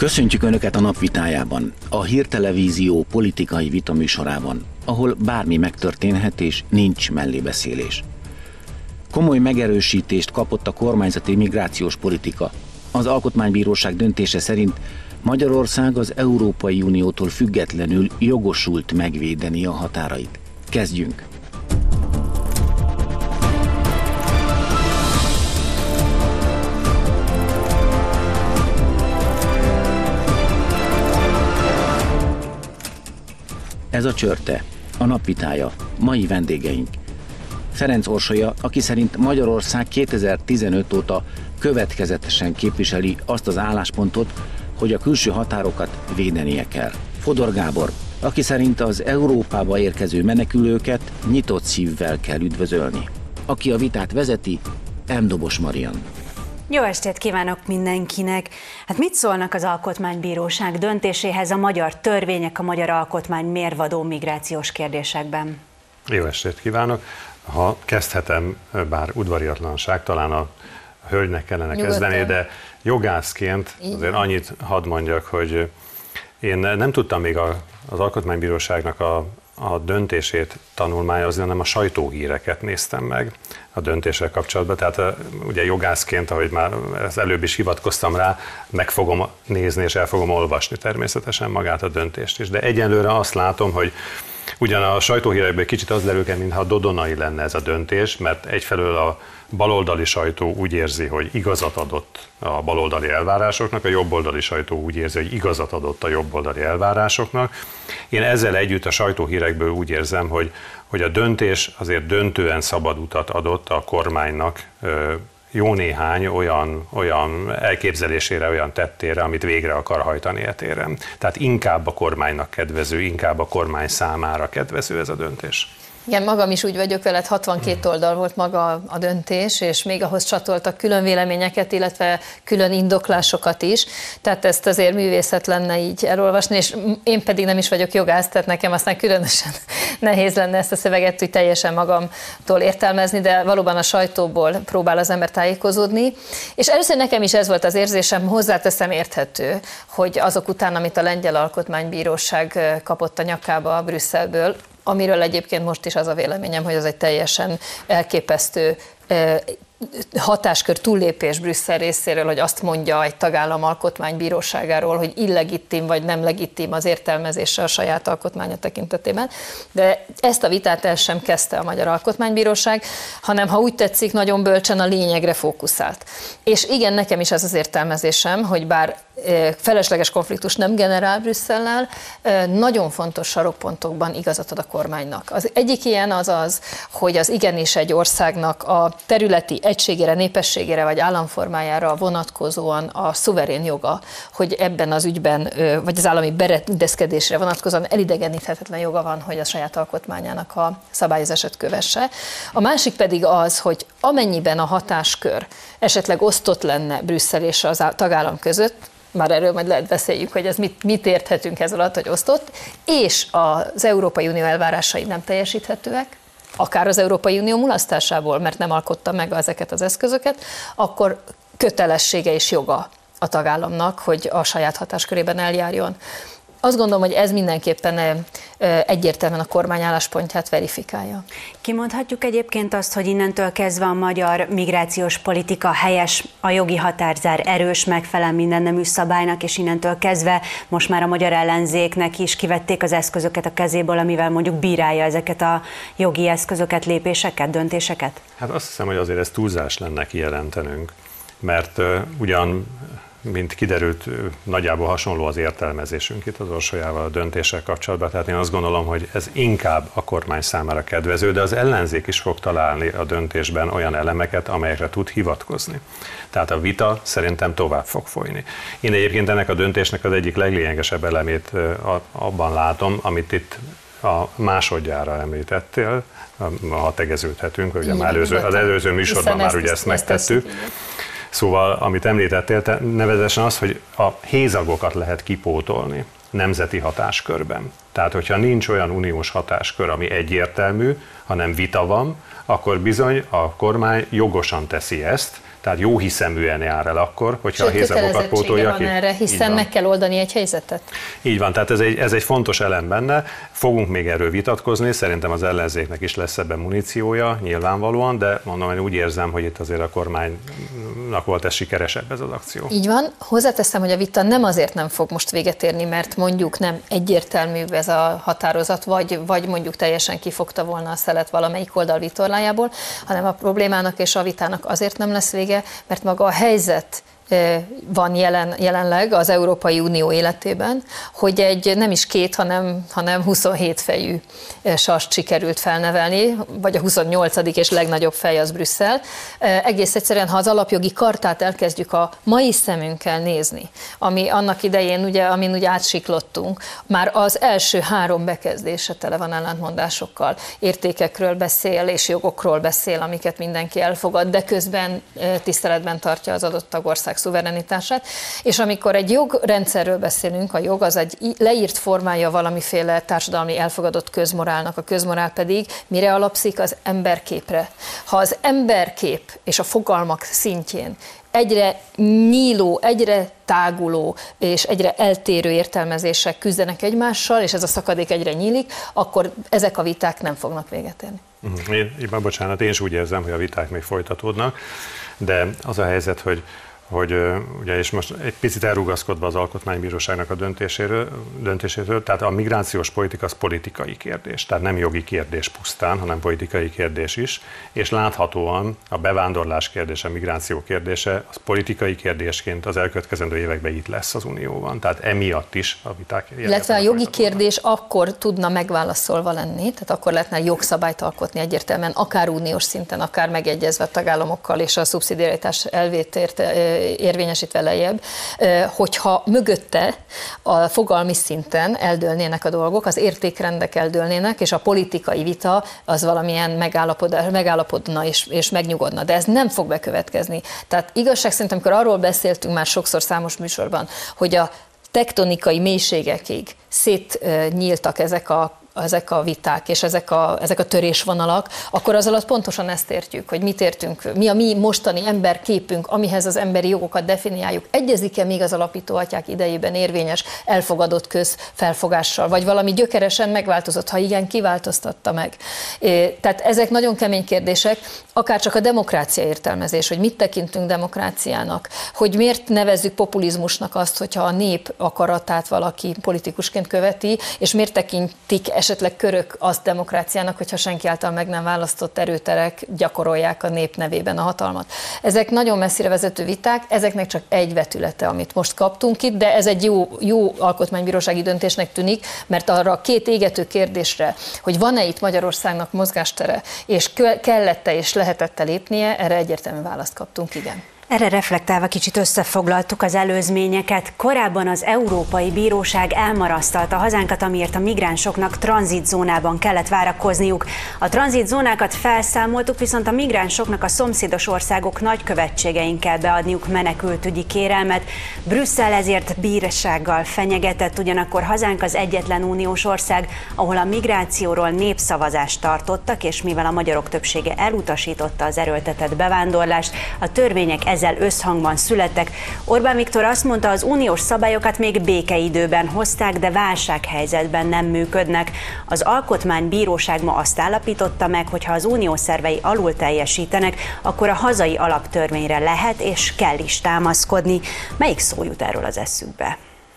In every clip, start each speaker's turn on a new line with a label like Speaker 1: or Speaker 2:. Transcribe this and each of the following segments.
Speaker 1: Köszöntjük Önöket a Napvitájában, a Hírtelevízió politikai vitaműsorában, ahol bármi megtörténhet és nincs mellébeszélés. Komoly megerősítést kapott a kormányzati migrációs politika. Az Alkotmánybíróság döntése szerint Magyarország az Európai Uniótól függetlenül jogosult megvédeni a határait. Kezdjünk! Ez a Csörte, a Napvitája, mai vendégeink. Ferenc Orsolya, aki szerint Magyarország 2015 óta következetesen képviseli azt az álláspontot, hogy a külső határokat védenie kell. Fodor Gábor, aki szerint az Európába érkező menekülőket nyitott szívvel kell üdvözölni. Aki a vitát vezeti, M. Dobos Marian.
Speaker 2: Jó estét kívánok mindenkinek! Hát mit szólnak az Alkotmánybíróság döntéséhez a magyar törvények, a magyar alkotmány mérvadó migrációs kérdésekben?
Speaker 3: Jó estét kívánok! Ha kezdhetem, bár udvariatlanság, talán a hölgynek kellene kezdeni, de jogászként azért annyit hadd mondjak, hogy én nem tudtam még az Alkotmánybíróságnak a döntését tanulmányozni, hanem a sajtóhíreket néztem meg a döntéssel kapcsolatban. Tehát ugye jogászként, ahogy már előbb is hivatkoztam rá, meg fogom nézni és el fogom olvasni természetesen magát a döntést is. De egyenlőre azt látom, hogy ugyan a sajtóhírekből kicsit az derül ki, mintha dodonai lenne ez a döntés, mert egyfelől a baloldali sajtó úgy érzi, hogy igazat adott a baloldali elvárásoknak, a jobboldali sajtó úgy érzi, hogy igazat adott a jobboldali elvárásoknak. Én ezzel együtt a sajtóhírekből úgy érzem, hogy a döntés azért döntően szabad utat adott a kormánynak jó néhány olyan elképzelésére, olyan tettére, amit végre akar hajtani e téren. Tehát inkább a kormánynak kedvező, inkább a kormány számára kedvező ez a döntés.
Speaker 4: Igen, magam is úgy vagyok veled, 62 oldal volt maga a döntés, és még ahhoz csatoltak külön véleményeket, illetve külön indoklásokat is, tehát ezt azért művészet lenne így elolvasni, és én pedig nem is vagyok jogász, tehát nekem aztán különösen nehéz lenne ezt a szöveget úgy teljesen magamtól értelmezni, de valóban a sajtóból próbál az ember tájékozódni. És először nekem is ez volt az érzésem, hozzáteszem, érthető, hogy azok után, amit a Lengyel Alkotmánybíróság kapott a nyakába Brüsszelből, amiről egyébként most is az a véleményem, hogy az egy teljesen elképesztő hatáskör túllépés Brüsszel részéről, hogy azt mondja egy tagállam alkotmánybíróságáról, hogy illegitim vagy nem legitim az értelmezése a saját alkotmánya tekintetében. De ezt a vitát el sem kezdte a Magyar Alkotmánybíróság, hanem ha úgy tetszik, nagyon bölcsen a lényegre fókuszált. És igen, nekem is ez az értelmezésem, hogy bár felesleges konfliktus nem generál Brüsszellel, nagyon fontos sarokpontokban igazat ad a kormánynak. Az egyik ilyen az, hogy az igenis egy országnak a területi egységére, népességére vagy államformájára vonatkozóan a szuverén joga, hogy ebben az ügyben, vagy az állami berendezkedésre vonatkozóan elidegeníthetetlen joga van, hogy a saját alkotmányának a szabályozását kövesse. A másik pedig az, hogy amennyiben a hatáskör esetleg osztott lenne Brüsszel és az tagállam között, már erről majd lehet beszéljük, hogy ez mit érthetünk ez alatt, hogy osztott, és az Európai Unió elvárásai nem teljesíthetőek, akár az Európai Unió mulasztásából, mert nem alkotta meg ezeket az eszközöket, akkor kötelessége és joga a tagállamnak, hogy a saját hatáskörében eljárjon. Azt gondolom, hogy ez mindenképpen egyértelműen a kormány álláspontját verifikálja.
Speaker 2: Kimondhatjuk egyébként azt, hogy innentől kezdve a magyar migrációs politika helyes, a jogi határzár erős, megfelel minden nemű szabálynak, és innentől kezdve most már a magyar ellenzéknek is kivették az eszközöket a kezéből, amivel mondjuk bírálja ezeket a jogi eszközöket, lépéseket, döntéseket? Hát
Speaker 3: azt hiszem, hogy azért ez túlzás lenne kijelentenünk, mert ugyan mint kiderült, nagyjából hasonló az értelmezésünk itt az Orsolyával a döntéssel kapcsolatban, tehát én azt gondolom, hogy ez inkább a kormány számára kedvező, de az ellenzék is fog találni a döntésben olyan elemeket, amelyekre tud hivatkozni. Tehát a vita szerintem tovább fog folyni. Én egyébként ennek a döntésnek az egyik leglényegesebb elemét abban látom, amit itt a másodjára említettél, ha tegeződhetünk, ugye az előző műsorban már ugye ezt megtettük. Szóval, amit említettél, nevezetesen az, hogy a hézagokat lehet kipótolni nemzeti hatáskörben. Tehát, hogyha nincs olyan uniós hatáskör, ami egyértelmű, hanem vita van, akkor bizony a kormány jogosan teszi ezt, tehát jó hiszeműen jár el akkor, hogyha a hézagokat pótolja ki.
Speaker 4: Erre, hiszen meg kell oldani egy helyzetet.
Speaker 3: Így van, tehát ez egy fontos elem benne. Fogunk még erről vitatkozni, szerintem az ellenzéknek is lesz ebben muníciója, nyilvánvalóan, de mondom, én úgy érzem, hogy itt azért a kormánynak volt ez sikeresebb ez az akció.
Speaker 4: Így van. Hozzáteszem, hogy a vita nem azért nem fog most véget érni, mert mondjuk nem egyértelmű ez a határozat, vagy mondjuk teljesen kifogta volna a szelet valamelyik oldal vitorlájából, hanem a problémának és a vitának azért nem lesz vége, mert maga a helyzet van jelenleg az Európai Unió életében, hogy egy nem is 2, hanem 27 fejű sast sikerült felnevelni, vagy a 28. és legnagyobb fej az Brüsszel. Egész egyszerűen, ha az alapjogi kartát elkezdjük a mai szemünkkel nézni, ami annak idején, amin ugye átsiklottunk, már az első 3 bekezdése tele van ellentmondásokkal, értékekről beszél és jogokról beszél, amiket mindenki elfogad, de közben tiszteletben tartja az adott tagország szuverenitását, és amikor egy jogrendszerről beszélünk, a jog az egy leírt formája valamiféle társadalmi elfogadott közmorálnak, a közmorál pedig mire alapszik? Az emberképre. Ha az emberkép és a fogalmak szintjén egyre nyíló, egyre táguló és egyre eltérő értelmezések küzdenek egymással, és ez a szakadék egyre nyílik, akkor ezek a viták nem fognak véget érni.
Speaker 3: Bocsánat, én is úgy érzem, hogy a viták még folytatódnak, de az a helyzet, hogy ugye, és most egy picit elrugaszkodva az Alkotmánybíróságnak a döntésétől, tehát a migrációs politika az politikai kérdés, tehát nem jogi kérdés pusztán, hanem politikai kérdés is, és láthatóan a bevándorlás kérdése, a migráció kérdése az politikai kérdésként az elkövetkezendő években itt lesz az Unióban, tehát emiatt is a viták.
Speaker 4: Illetve a jogi kérdés akkor tudna megválaszolva lenni, tehát akkor lehetne jogszabályt alkotni egyértelműen, akár uniós szinten, akár megegyezve a tagállamokkal és a szubszidiaritás elvét érvényesítve lejjebb, hogyha mögötte a fogalmi szinten eldőlnének a dolgok, az értékrendek eldőlnének, és a politikai vita az valamilyen megállapodna és megnyugodna. De ez nem fog bekövetkezni. Tehát igazság szerint, amikor arról beszéltünk már sokszor számos műsorban, hogy a tektonikai mélységekig szétnyíltak ezek a viták és ezek a törésvonalak, akkor az alatt pontosan ezt értjük, hogy mit értünk, mi a mi mostani emberképünk, amihez az emberi jogokat definiáljuk. Egyezik-e még az alapító atyák idejében érvényes, elfogadott közfelfogással, vagy valami gyökeresen megváltozott, ha igen, kiváltoztatta meg. Tehát ezek nagyon kemény kérdések, akár csak a demokrácia értelmezés, hogy mit tekintünk demokráciának, hogy miért nevezzük populizmusnak azt, hogyha a nép akaratát valaki politikusként követi, és miért tekintik esetleg körök azt demokráciának, hogyha senki által meg nem választott erőterek gyakorolják a nép nevében a hatalmat. Ezek nagyon messzire vezető viták, ezeknek csak egy vetülete, amit most kaptunk itt, de ez egy jó alkotmánybírósági döntésnek tűnik, mert arra a 2 égető kérdésre, hogy van-e itt Magyarországnak mozgástere, és kellett-e és lehetett-e lépnie, erre egyértelmű választ kaptunk, igen.
Speaker 2: Erre reflektálva kicsit összefoglaltuk az előzményeket. Korábban az Európai Bíróság elmarasztalta hazánkat, amiért a migránsoknak tranzitzónában kellett várakozniuk. A tranzitzónákat felszámoltuk, viszont a migránsoknak a szomszédos országok nagykövetségein kell beadniuk menekültügyi kérelmet. Brüsszel ezért bírsággal fenyegetett, ugyanakkor hazánk az egyetlen uniós ország, ahol a migrációról népszavazást tartottak, és mivel a magyarok többsége elutasította az erőltetett bevándorlást, a törvények ezzel összhangban születtek. Orbán Viktor azt mondta, az uniós szabályokat még békeidőben hozták, de válsághelyzetben nem működnek. Az Alkotmánybíróság ma azt állapította meg, hogy ha az unió szervei alul teljesítenek, akkor a hazai alaptörvényre lehet és kell is támaszkodni. Melyik szó jut erről az eszükbe?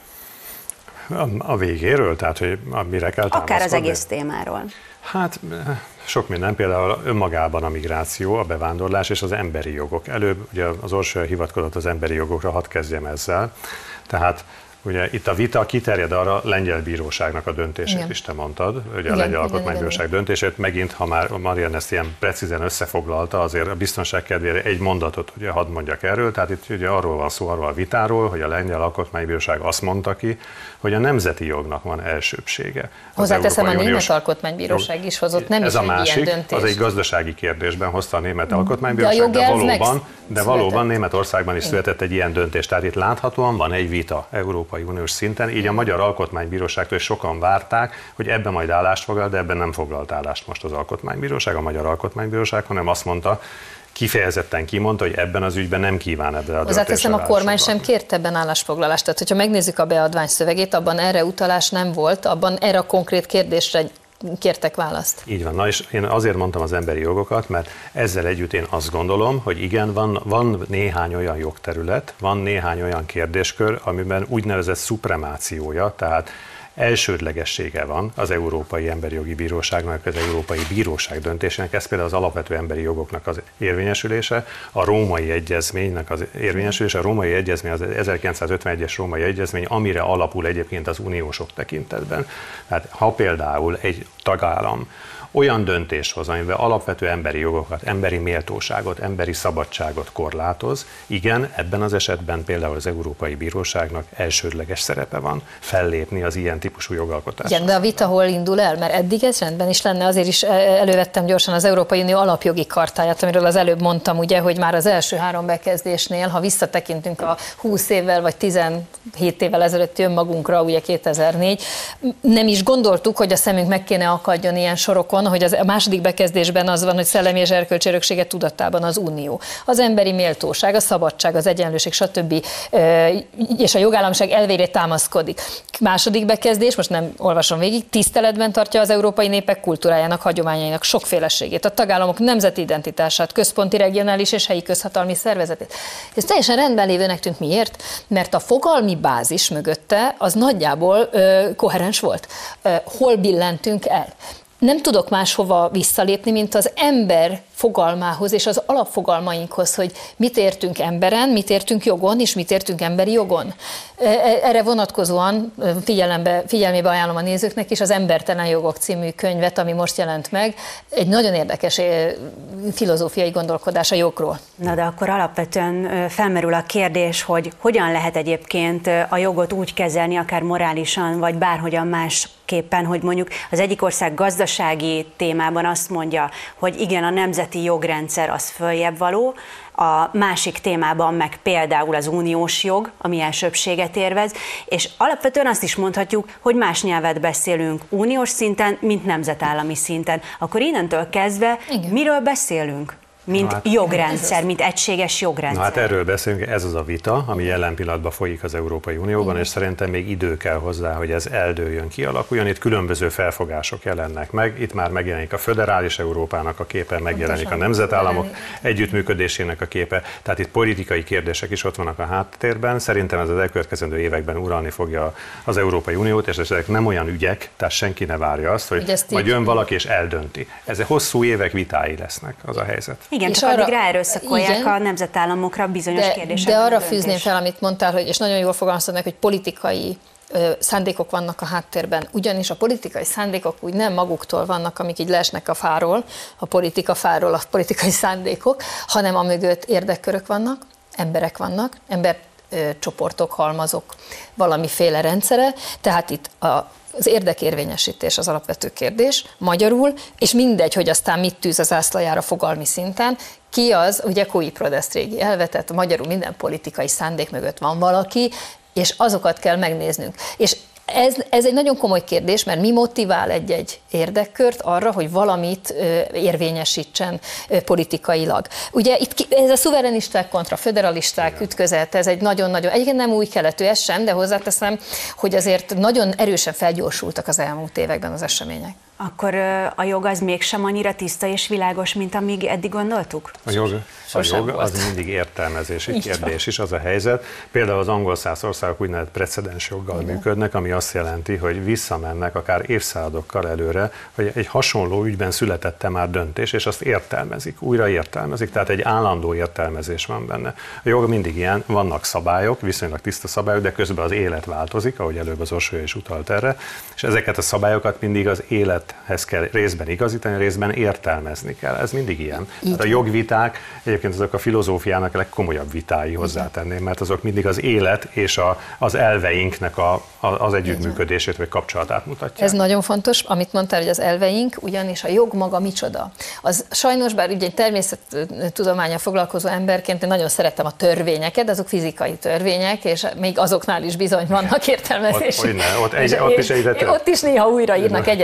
Speaker 3: A végéről, tehát hogy mire kell támaszkodni?
Speaker 2: Akár az egész témáról.
Speaker 3: Hát sok minden, például önmagában a migráció, a bevándorlás és az emberi jogok. Előbb ugye az Orsolya hivatkozott az emberi jogokra, hadd kezdjem ezzel. Tehát ugye itt a vita kiterjed arra a lengyel bíróságnak a döntését, igen, is te mondtad, ugye a lengyel alkotmánybíróság döntését, megint, ha már Marian ezt ilyen precízen összefoglalta, azért a biztonság kedvére egy mondatot ugye hadd mondjak erről, tehát itt ugye arról van szó, arról a vitáról, hogy a lengyel alkotmánybíróság azt mondta ki, hogy a nemzeti jognak van elsőbbsége.
Speaker 4: Hozzáteszem, a német alkotmánybíróság is hozott nem is egy ilyen döntés.
Speaker 3: Az egy gazdasági kérdésben hozta a német alkotmánybíróság, de valóban Németországban is született egy ilyen döntés. Tehát itt láthatóan van egy vita Európai Uniós szinten, így a Magyar Alkotmánybíróságtól is sokan várták, hogy ebben majd állást foglal, de ebben nem foglalt állást most az Alkotmánybíróság, a Magyar Alkotmánybíróság, hanem azt mondta, kifejezetten kimondta, hogy ebben az ügyben nem kíván ebben a döntésre.
Speaker 4: Hozzáteszem, a kormány sem kért ebben állásfoglalást. Tehát, hogyha megnézzük a beadvány szövegét, abban erre utalás nem volt, abban erre a konkrét kérdésre kértek választ.
Speaker 3: Így van. Na és én azért mondtam az emberi jogokat, mert ezzel együtt én azt gondolom, hogy igen, van néhány olyan jogterület, van néhány olyan kérdéskör, amiben úgynevezett szupremációja, tehát elsődlegessége van az Európai Emberi Jogi Bíróságnak, az Európai Bíróság döntésének, ez például az alapvető emberi jogoknak az érvényesülése, a Római Egyezménynek az érvényesülése, a Római Egyezmény az 1951-es Római Egyezmény, amire alapul egyébként az uniósok tekintetben. Tehát ha például egy tagállam olyan döntés hoz, amiben alapvető emberi jogokat, emberi méltóságot, emberi szabadságot korlátoz, igen, ebben az esetben például az Európai Bíróságnak elsődleges szerepe van fellépni az ilyen típusú jogalkotásra.
Speaker 4: Igen, de a vita hol indul el? Mert eddig ez rendben is lenne, azért is elővettem gyorsan az Európai Unió alapjogi kartáját, amiről az előbb mondtam, ugye, hogy már az első 3 bekezdésnél, ha visszatekintünk a 20 évvel vagy 17 évvel ezelőtti önmagunkra, ugye 2004, nem is gondoltuk, hogy a szemünk meg kéne akadjon ilyen sorokon, hogy az a második bekezdésben az van, hogy szellemi és erkölcsi öröksége tudatában az Unió. Az emberi méltóság, a szabadság, az egyenlőség, stb. És a jogállamiság elvére támaszkodik. Második bekezdés, most nem olvasom végig, tiszteletben tartja az európai népek kultúrájának, hagyományainak sokféleségét, a tagállamok nemzeti identitását, központi, regionális és helyi közhatalmi szervezetét. Ez teljesen rendben lévőnek tűnt. Miért? Mert a fogalmi bázis mögötte az nagyjából koherens volt. Hol billentünk el? Nem tudok máshova visszalépni, mint az ember fogalmához és az alapfogalmainkhoz, hogy mit értünk emberen, mit értünk jogon, és mit értünk emberi jogon. Erre vonatkozóan figyelmébe ajánlom a nézőknek is az Embertelen jogok című könyvet, ami most jelent meg. Egy nagyon érdekes filozófiai gondolkodás a jogról.
Speaker 2: Na de akkor alapvetően felmerül a kérdés, hogy hogyan lehet egyébként a jogot úgy kezelni, akár morálisan, vagy bárhogyan másképpen, hogy mondjuk az egyik ország gazdasági témában azt mondja, hogy igen, a nemzeti jogrendszer az följebb való, a másik témában meg például az uniós jog, ami elsőbbséget érvez, és alapvetően azt is mondhatjuk, hogy más nyelvet beszélünk uniós szinten, mint nemzetállami szinten. Akkor innentől kezdve miről beszélünk? Mint jogrendszer, mint egységes jogrendszer.
Speaker 3: Na hát erről beszélünk, ez az a vita, ami jelen pillanatban folyik az Európai Unióban, és szerintem még idő kell hozzá, hogy ez eldőljön, kialakuljon. Itt különböző felfogások jelennek meg, itt már megjelenik a föderális Európának a képe, megjelenik a nemzetállamok együttműködésének a képe, tehát itt politikai kérdések is ott vannak a háttérben. Szerintem ez az elkövetkezendő években uralni fogja az Európai Uniót, és ezek nem olyan ügyek, tehát senki ne várja azt, hogy majd jön valaki és eldönti. Ezek hosszú évek vitái lesznek, az a helyzet.
Speaker 2: Igen, és csak addig ráerőszakolják a nemzetállamokra bizonyos kérdésekben.
Speaker 4: De arra fűzném fel, amit mondtál, hogy, és nagyon jól fogalmaztad meg, hogy politikai szándékok vannak a háttérben. Ugyanis a politikai szándékok úgy nem maguktól vannak, amik így leesnek a fáról, a politika fáról, a politikai szándékok, hanem amögött érdekkörök vannak, emberek vannak, embercsoportok, halmazok, valamiféle rendszere, tehát itt az érdekérvényesítés az alapvető kérdés, magyarul, és mindegy, hogy aztán mit tűz az zászlajára fogalmi szinten, ki az, ugye cui prodest regi elvetett, magyarul minden politikai szándék mögött van valaki, és azokat kell megnéznünk. És ez egy nagyon komoly kérdés, mert mi motivál egy-egy érdekkört arra, hogy valamit érvényesítsen politikailag. Ugye itt ez a szuverenisták kontra föderalisták ütközet, ez egy nagyon-nagyon, egyébként nem új keletű ez sem, de hozzáteszem, hogy azért nagyon erősen felgyorsultak az elmúlt években az események.
Speaker 2: Akkor a jog az mégsem annyira tiszta és világos, mint amíg eddig gondoltuk?
Speaker 3: A jog az mindig értelmezési kérdés is, az a helyzet. Például az angol-szász országok úgynevezett precedens joggal működnek, ami azt jelenti, hogy visszamennek akár évszázadokkal előre, hogy egy hasonló ügyben született már döntés, és azt értelmezik, újra értelmezik, tehát egy állandó értelmezés van benne. A jog mindig ilyen, vannak szabályok, viszonylag tiszta szabályok, de közben az élet változik, ahogy előbb az Orsolya is utalt erre, és ezeket a szabályokat mindig az élethez kell részben igazítani, részben értelmezni kell. Ez mindig ilyen. Tehát a jogviták egyébként azok a filozófiának a legkomolyabb vitái, hozzátenném, mert azok mindig az élet és az elveinknek az együttműködését vagy kapcsolatát mutatják.
Speaker 4: Ez nagyon fontos, amit mondtál, hogy az elveink, ugyanis a jog maga micsoda. Az sajnos, bár ugye egy természettudománnyal foglalkozó emberként én nagyon szeretem a törvényeket, azok fizikai törvények, és még azoknál is bizony vannak értelmezések.
Speaker 3: Ott is
Speaker 4: ott is néha újraírnak egyet-egyet, de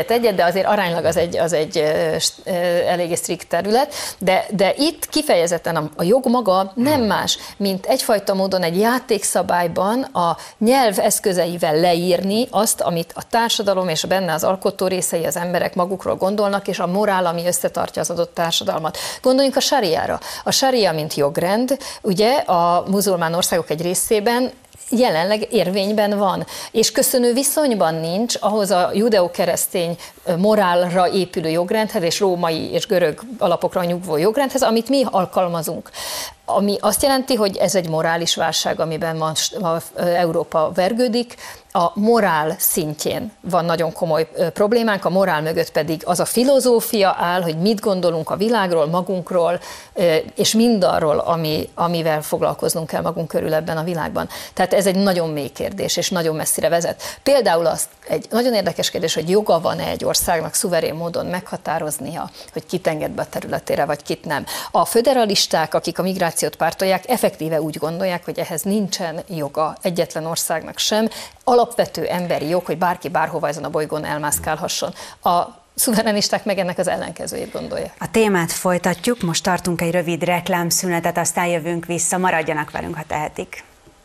Speaker 4: azért aránylag az egy eléggé strikt terület, de itt kifejezetten a jog maga nem más, mint egyfajta módon egy játékszabályban a nyelv eszközeivel leírni azt, amit a társadalom és benne az alkotó részei, az emberek magukról gondolnak, és a morál, ami összetartja az adott társadalmat. Gondoljunk a sáriára. A sária, mint jogrend, ugye a muzulmán országok egy részében jelenleg érvényben van, és köszönő viszonyban nincs ahhoz a judeo-keresztény morálra épülő jogrendhez, és római és görög alapokra nyugvó jogrendhez, amit mi alkalmazunk. Ami azt jelenti, hogy ez egy morális válság, amiben ma Európa vergődik. A morál szintjén van nagyon komoly problémánk, a morál mögött pedig az a filozófia áll, hogy mit gondolunk a világról, magunkról, és mindarról, amivel foglalkoznunk kell magunk körül ebben a világban. Tehát ez egy nagyon mély kérdés, és nagyon messzire vezet. Például az egy nagyon érdekes kérdés, hogy joga van-e egy országnak szuverén módon meghatároznia, hogy kit enged be a területére, vagy kit nem. A föderalisták, akik a migrációt pártolják, effektíve úgy gondolják, hogy ehhez nincsen joga egyetlen országnak sem, alapvető emberi jog, hogy bárki bárhova ezen a bolygón elmászkálhasson. A szuverenisták meg ennek az ellenkezőjét gondolják.
Speaker 2: A témát folytatjuk, most tartunk egy rövid reklámszünetet, aztán jövünk vissza, maradjanak velünk, ha tehetik.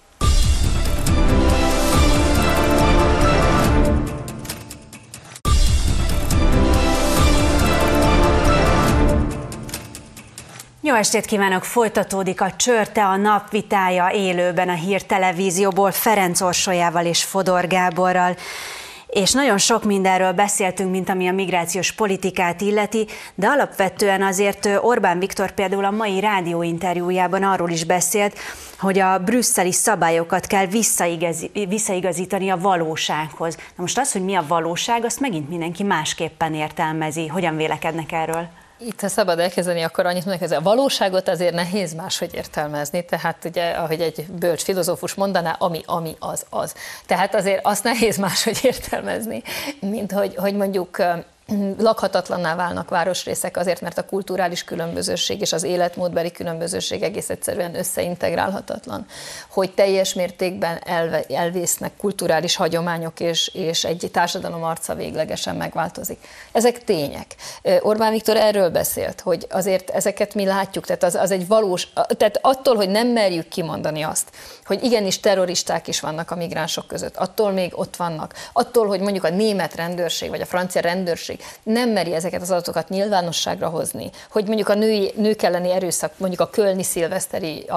Speaker 2: Jó estét kívánok! Folytatódik a Csörte, a nap vitája élőben a Hír Televízióból Ferenc Orsolyával és Fodor Gáborral. És nagyon sok mindenről beszéltünk, mint ami a migrációs politikát illeti, de alapvetően azért Orbán Viktor például a mai rádióinterjújában arról is beszélt, hogy a brüsszeli szabályokat kell visszaigazítani a valósághoz. Na most az, hogy mi a valóság, azt megint mindenki másképpen értelmezi. Hogyan vélekednek erről?
Speaker 4: Itt, ha szabad elkezdeni, akkor annyit mondok, hogy a valóságot azért nehéz máshogy értelmezni, tehát ugye, ahogy egy bölcs filozófus mondaná, ami az. Tehát azért azt nehéz máshogy értelmezni, mint hogy mondjuk lakhatatlanná válnak városrészek azért, mert a kulturális különbözőség és az életmódbeli különbözőség egész egyszerűen összeintegrálhatatlan. Hogy teljes mértékben elvésznek kulturális hagyományok, és egy társadalom arca véglegesen megváltozik. Ezek tények. Orbán Viktor erről beszélt, hogy azért ezeket mi látjuk, tehát az egy valós, tehát attól, hogy nem merjük kimondani azt, hogy igenis terroristák is vannak a migránsok között, attól még ott vannak, attól, hogy mondjuk a német rendőrség vagy a francia rendőrség nem meri ezeket az adatokat nyilvánosságra hozni, hogy mondjuk a nők elleni erőszak, mondjuk a kölni szilveszteri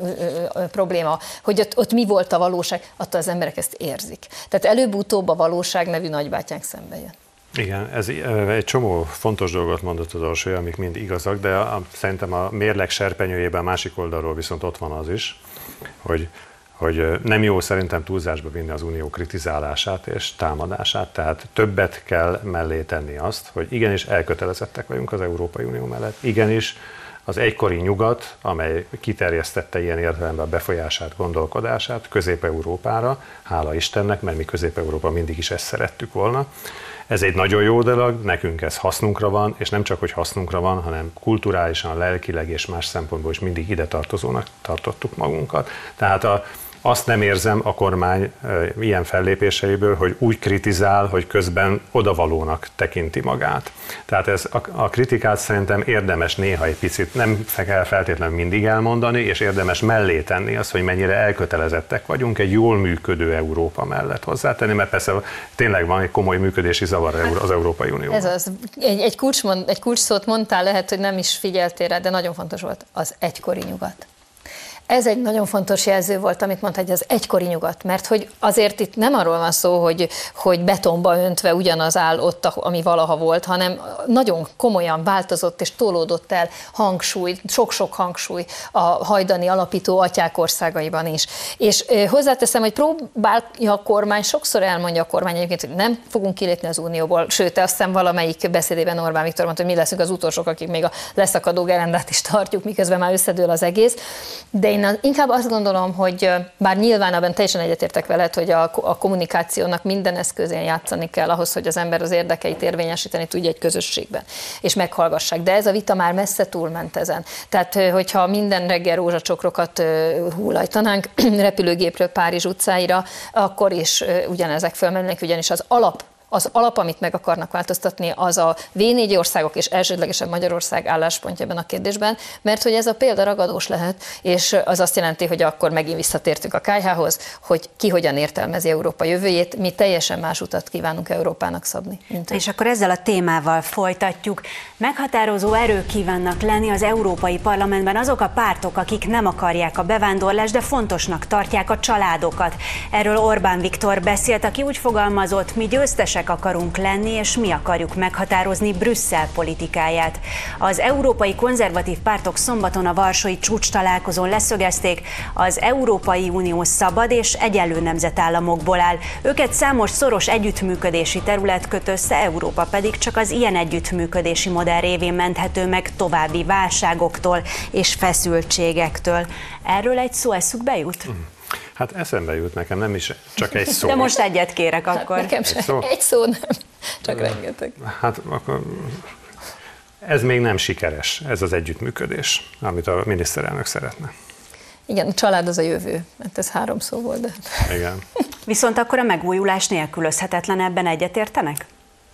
Speaker 4: probléma, hogy ott mi volt a valóság, attól az emberek ezt érzik. Tehát előbb-utóbb a valóság nevű nagybátyánk szembe jön. Igen,
Speaker 3: ez egy csomó fontos dolgot mondott az Orsolya, amik mind igazak, de szerintem a mérleg serpenyőjében a másik oldalról viszont ott van az is, hogy nem jó szerintem túlzásba vinni az unió kritizálását és támadását, tehát többet kell mellé tenni azt, hogy igenis elkötelezettek vagyunk az Európai Unió mellett, igenis az egykori nyugat, amely kiterjesztette ilyen értelemben a befolyását, gondolkodását Közép-Európára, hála Istennek, mert mi Közép-Európa mindig is ezt szerettük volna. Ez egy nagyon jó dolog, nekünk ez hasznunkra van, és nem csak, hogy hasznunkra van, hanem kulturálisan, lelkileg és más szempontból is mindig ide tartozónak tartottuk magunkat. Tehát azt nem érzem a kormány ilyen fellépéseiből, hogy úgy kritizál, hogy közben odavalónak tekinti magát. Tehát a kritikát szerintem érdemes néha egy picit, nem kell feltétlenül mindig elmondani, és érdemes mellé tenni azt, hogy mennyire elkötelezettek vagyunk egy jól működő Európa mellett hozzátenni, mert persze tényleg van egy komoly működési zavar az Európai Unióban.
Speaker 4: Ez az. Egy kulcsszót mondtál, lehet, hogy nem is figyeltél rá, de nagyon fontos volt, az egykori nyugat. Ez egy nagyon fontos jelző volt, amit mondta, hogy az egykori nyugat, mert hogy azért itt nem arról van szó, hogy betonba öntve ugyanaz áll ott, ami valaha volt, hanem nagyon komolyan változott és tolódott el hangsúly, sok-sok hangsúly a hajdani alapító atyák országaiban is. És hozzáteszem, hogy próbálja a kormány, sokszor elmondja a kormány egyébként, hogy nem fogunk kilépni az Unióból, sőt, azt hiszem valamelyik beszédében Orbán Viktor mondta, hogy mi leszünk az utolsók, akik még a leszakadó gerendát is tartjuk, miközben már összedől az egész. De én inkább azt gondolom, hogy bár nyilván abban teljesen egyetértek veled, hogy a kommunikációnak minden eszközén játszani kell ahhoz, hogy az ember az érdekeit érvényesíteni tudja egy közösségben, és meghallgassák. De ez a vita már messze túlment ezen. Tehát, hogyha minden reggel rózsacsokrokat hullajtanánk repülőgépről Párizs utcáira, akkor is ugyanezek fölmennek, ugyanis az az alap, amit meg akarnak változtatni, az a V4 országok és elsődlegesen Magyarország álláspontja ebben a kérdésben, mert hogy ez a példa ragadós lehet, és az azt jelenti, hogy akkor megint visszatértünk a kályhához, hogy ki hogyan értelmezi Európa jövőjét, mi teljesen más utat kívánunk Európának szabni.
Speaker 2: És akkor ezzel a témával folytatjuk. Meghatározó erők kívánnak lenni az Európai Parlamentben azok a pártok, akik nem akarják a bevándorlást, de fontosnak tartják a családokat. Erről Orbán Viktor beszélt, aki úgy fogalmazott, mi győztesek akarunk lenni, és mi akarjuk meghatározni Brüsszel politikáját. Az európai konzervatív pártok szombaton a varsói csúcstalálkozón leszögezték, az Európai Unió szabad és egyenlő nemzetállamokból áll. Őket számos szoros együttműködési terület köt össze, Európa pedig csak az ilyen együttműködési modell révén menthető meg további válságoktól és feszültségektől. Erről egy szó eszükbe jut?
Speaker 3: Hát eszembe jut nekem, nem is csak egy szó.
Speaker 2: De most egyet kérek akkor.
Speaker 4: Nekem sem. Egy szó nem, csak rengeteg.
Speaker 3: Hát akkor ez még nem sikeres, ez az együttműködés, amit a miniszterelnök szeretne.
Speaker 4: Igen, a család az a jövő, mert ez 3 szó volt, de...
Speaker 3: Igen.
Speaker 2: Viszont akkor a megújulás nélkülözhetetlen, ebben egyetértenek?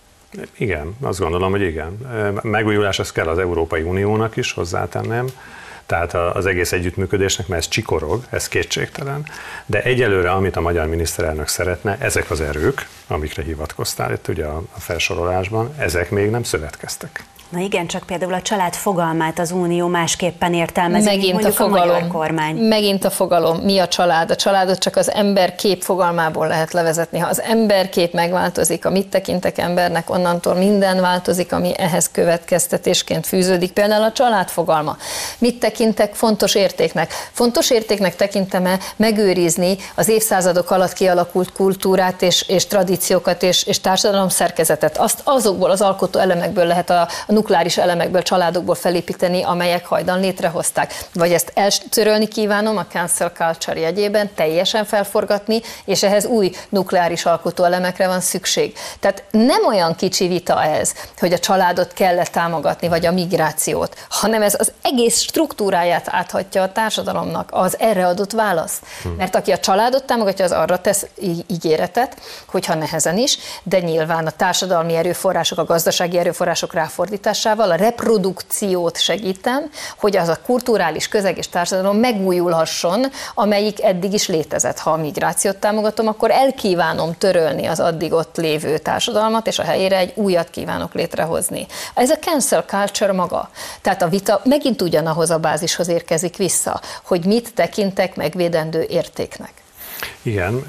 Speaker 3: Igen, azt gondolom, hogy igen. Megújulás az kell az Európai Uniónak is, hozzátenném, tehát az egész együttműködésnek, mert ez csikorog, ez kétségtelen, de egyelőre, amit a magyar miniszterelnök szeretne, ezek az erők, amikre hivatkoztál itt ugye a felsorolásban, ezek még nem szövetkeztek.
Speaker 2: Na igen, csak például a család fogalmát az Unió másképpen értelmezi,
Speaker 4: megint
Speaker 2: mondjuk
Speaker 4: a fogalom,
Speaker 2: a magyar kormány.
Speaker 4: Megint a fogalom. Mi a család? A családot csak az emberkép fogalmából lehet levezetni. Ha az emberkép megváltozik, a mit tekintek embernek, onnantól minden változik, ami ehhez következtetésként fűződik. Például a család fogalma. Mit tekintek fontos értéknek? Fontos értéknek tekintem-e megőrizni az évszázadok alatt kialakult kultúrát és tradíciókat és társadalomszerkezetet? Azt azokból az alkotó elemekből lehet a nukleáris elemekből, családokból felépíteni, amelyek hajdan létrehozták. Vagy ezt eltörölni kívánom a cancel culture jegyében, teljesen felforgatni, és ehhez új nukleáris alkotóelemekre van szükség. Tehát nem olyan kicsi vita ez, hogy a családot kell támogatni, vagy a migrációt, hanem ez az egész struktúráját áthatja a társadalomnak, az erre adott válasz. Mert aki a családot támogatja, az arra tesz ígéretet, hogyha nehezen is, de nyilván a társadalmi erőforrások, a gazdasági erőforrások ráfordításával a reprodukciót segítem, hogy az a kulturális közeg és társadalom megújulhasson, amelyik eddig is létezett. Ha a migrációt támogatom, akkor elkívánom törölni az addig ott lévő társadalmat, és a helyére egy újat kívánok létrehozni. Ez a cancel culture maga. Tehát a vita megint ugyanahoz a bázishoz érkezik vissza, hogy mit tekintek megvédendő értéknek.
Speaker 3: Igen,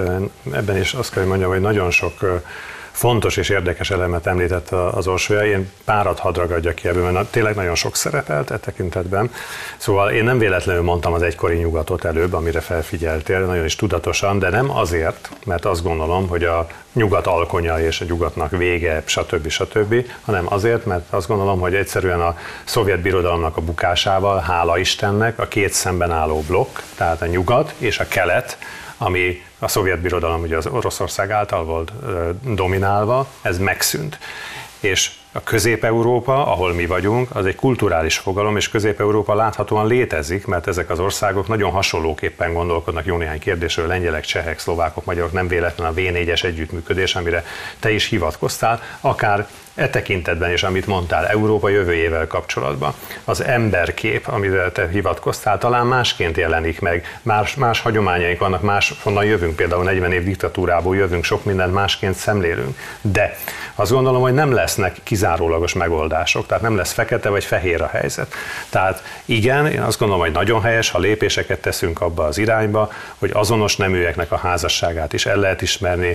Speaker 3: ebben is azt kell, hogy mondjam, hogy nagyon sok fontos és érdekes elemet említett az Orsolya, én párat hadd ragadjak ki ebből, mert tényleg nagyon sok szerepelt e tekintetben. Szóval én nem véletlenül mondtam az egykori nyugatot előbb, amire felfigyeltél, nagyon is tudatosan, de nem azért, mert azt gondolom, hogy a nyugat alkonya és a nyugatnak vége, stb., hanem azért, mert azt gondolom, hogy egyszerűen a szovjet birodalomnak a bukásával, hála Istennek, a két szemben álló blokk, tehát a nyugat és a kelet, ami a szovjet birodalom ugye az Oroszország által volt dominálva, ez megszűnt. És a Közép-Európa, ahol mi vagyunk, az egy kulturális fogalom, és Közép-Európa láthatóan létezik, mert ezek az országok nagyon hasonlóképpen gondolkodnak jó néhány kérdésről, lengyelek, csehek, szlovákok, magyarok, nem véletlen a V4-es együttműködés, amire te is hivatkoztál, akár e tekintetben is, amit mondtál, Európa jövőjével kapcsolatban. Az emberkép, amire te hivatkoztál, talán másként jelenik meg, más hagyományaink vannak, máshonnan jövünk, például 40 év diktatúrából jövünk, sok mindent másként szemlélünk. De azt gondolom, hogy nem lesznek kizárólagos megoldások, tehát nem lesz fekete vagy fehér a helyzet. Tehát igen, én azt gondolom, hogy nagyon helyes, ha lépéseket teszünk abba az irányba, hogy azonos neműeknek a házasságát is el lehet ismerni,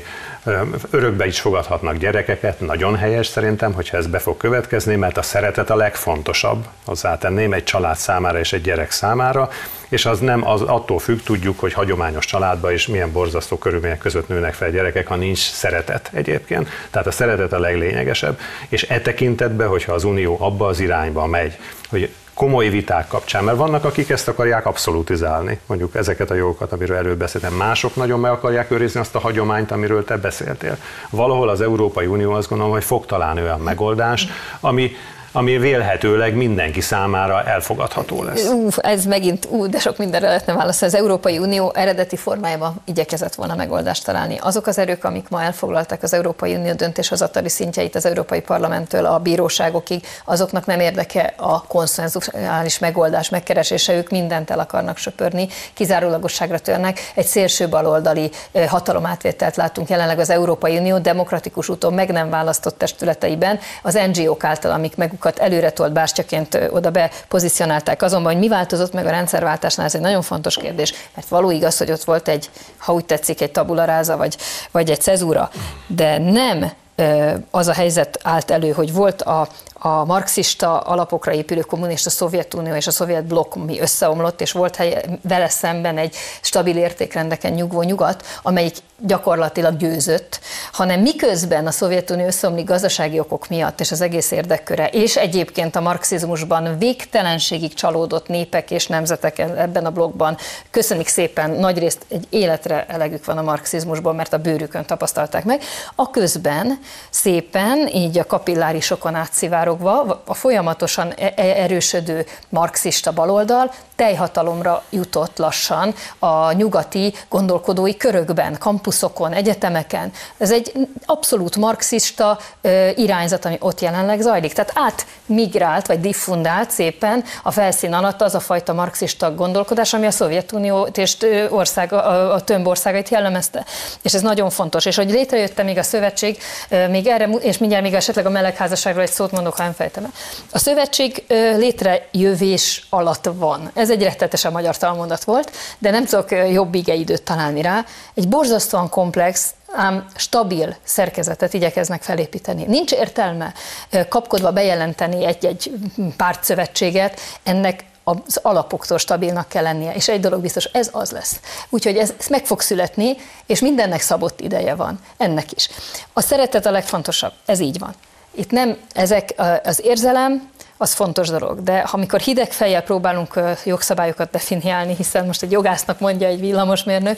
Speaker 3: örökbe is fogadhatnak gyerekeket, nagyon helyes szerintem, hogyha ez be fog következni, mert a szeretet a legfontosabb, hozzátenném, egy család számára és egy gyerek számára, és az nem attól függ, tudjuk, hogy hagyományos családban is milyen borzasztó körülmények között nőnek fel gyerekek, ha nincs szeretet egyébként. Tehát a szeretet a leglényegesebb, és e tekintetben, hogyha az Unió abba az irányba megy, hogy komoly viták kapcsán, mert vannak, akik ezt akarják abszolutizálni, mondjuk ezeket a jogokat, amiről előbb beszéltem, mások nagyon meg akarják őrizni azt a hagyományt, amiről te beszéltél. Valahol az Európai Unió azt gondolom, hogy fog találni olyan megoldást, ami ami vélhetőleg mindenki számára elfogadható lesz.
Speaker 4: Ez megint, de sok mindenre lehetne válaszolni. Az Európai Unió eredeti formájában igyekezett volna megoldást találni. Azok az erők, amik ma elfoglalták az Európai Unió döntéshozatali szintjeit az Európai Parlamenttől a bíróságokig, azoknak nem érdeke a konszenzuális megoldás megkeresése, ők mindent el akarnak söpörni, kizárólagosságra törnek. Egy szélső baloldali hatalomátvételt látunk jelenleg az Európai Unió demokratikus úton meg nem választott testületeiben, az NGO-k által, amik megukat előretolt bástyaként oda bepozícionálták. Azonban, hogy mi változott meg a rendszerváltásnál, ez egy nagyon fontos kérdés, mert való igaz, hogy ott volt egy, ha úgy tetszik, egy tabula rasa, vagy egy cezúra, de nem az a helyzet állt elő, hogy volt a marxista alapokra épülő kommunista Szovjetunió és a szovjet blokk, mi összeomlott, és volt vele szemben egy stabil értékrendeken nyugvó nyugat, amelyik gyakorlatilag győzött, hanem miközben a Szovjetunió összeomlik gazdasági okok miatt, és az egész érdekköre, és egyébként a marxizmusban végtelenségig csalódott népek és nemzetek ebben a blokkban, köszönjük szépen, nagyrészt egy életre elegük van a marxizmusból, mert a bőrükön tapasztalták meg, aközben szépen, így a kapillárisokon átszivárogva, a folyamatosan erősödő marxista baloldal teljhatalomra jutott lassan a nyugati gondolkodói körökben, kampuszokon, egyetemeken. Ez egy abszolút marxista irányzat, ami ott jelenleg zajlik. Tehát átmigrált, vagy diffundált szépen a felszín alatt az a fajta marxista gondolkodás, ami a Szovjetuniót és a több országait jellemezte. És ez nagyon fontos. És hogy létrejött még a szövetség, még erre, és mindjárt még esetleg a melegházasságról egy szót mondok, ha nem fejtem el. A szövetség létrejövés alatt van. Ez egy rettetesen magyar talmondat volt, de nem tudok jobb igeidőt találni rá. Egy borzasztóan komplex, ám stabil szerkezetet igyekeznek felépíteni. Nincs értelme kapkodva bejelenteni egy pártszövetséget, ennek az alapoktól stabilnak kell lennie, és egy dolog biztos, ez az lesz. Úgyhogy ez meg fog születni, és mindennek szabott ideje van, ennek is. A szeretet a legfontosabb, ez így van. Itt nem ezek az érzelem, az fontos dolog, de amikor hideg fejjel próbálunk jogszabályokat definiálni, hiszen most egy jogásznak mondja egy villamosmérnök,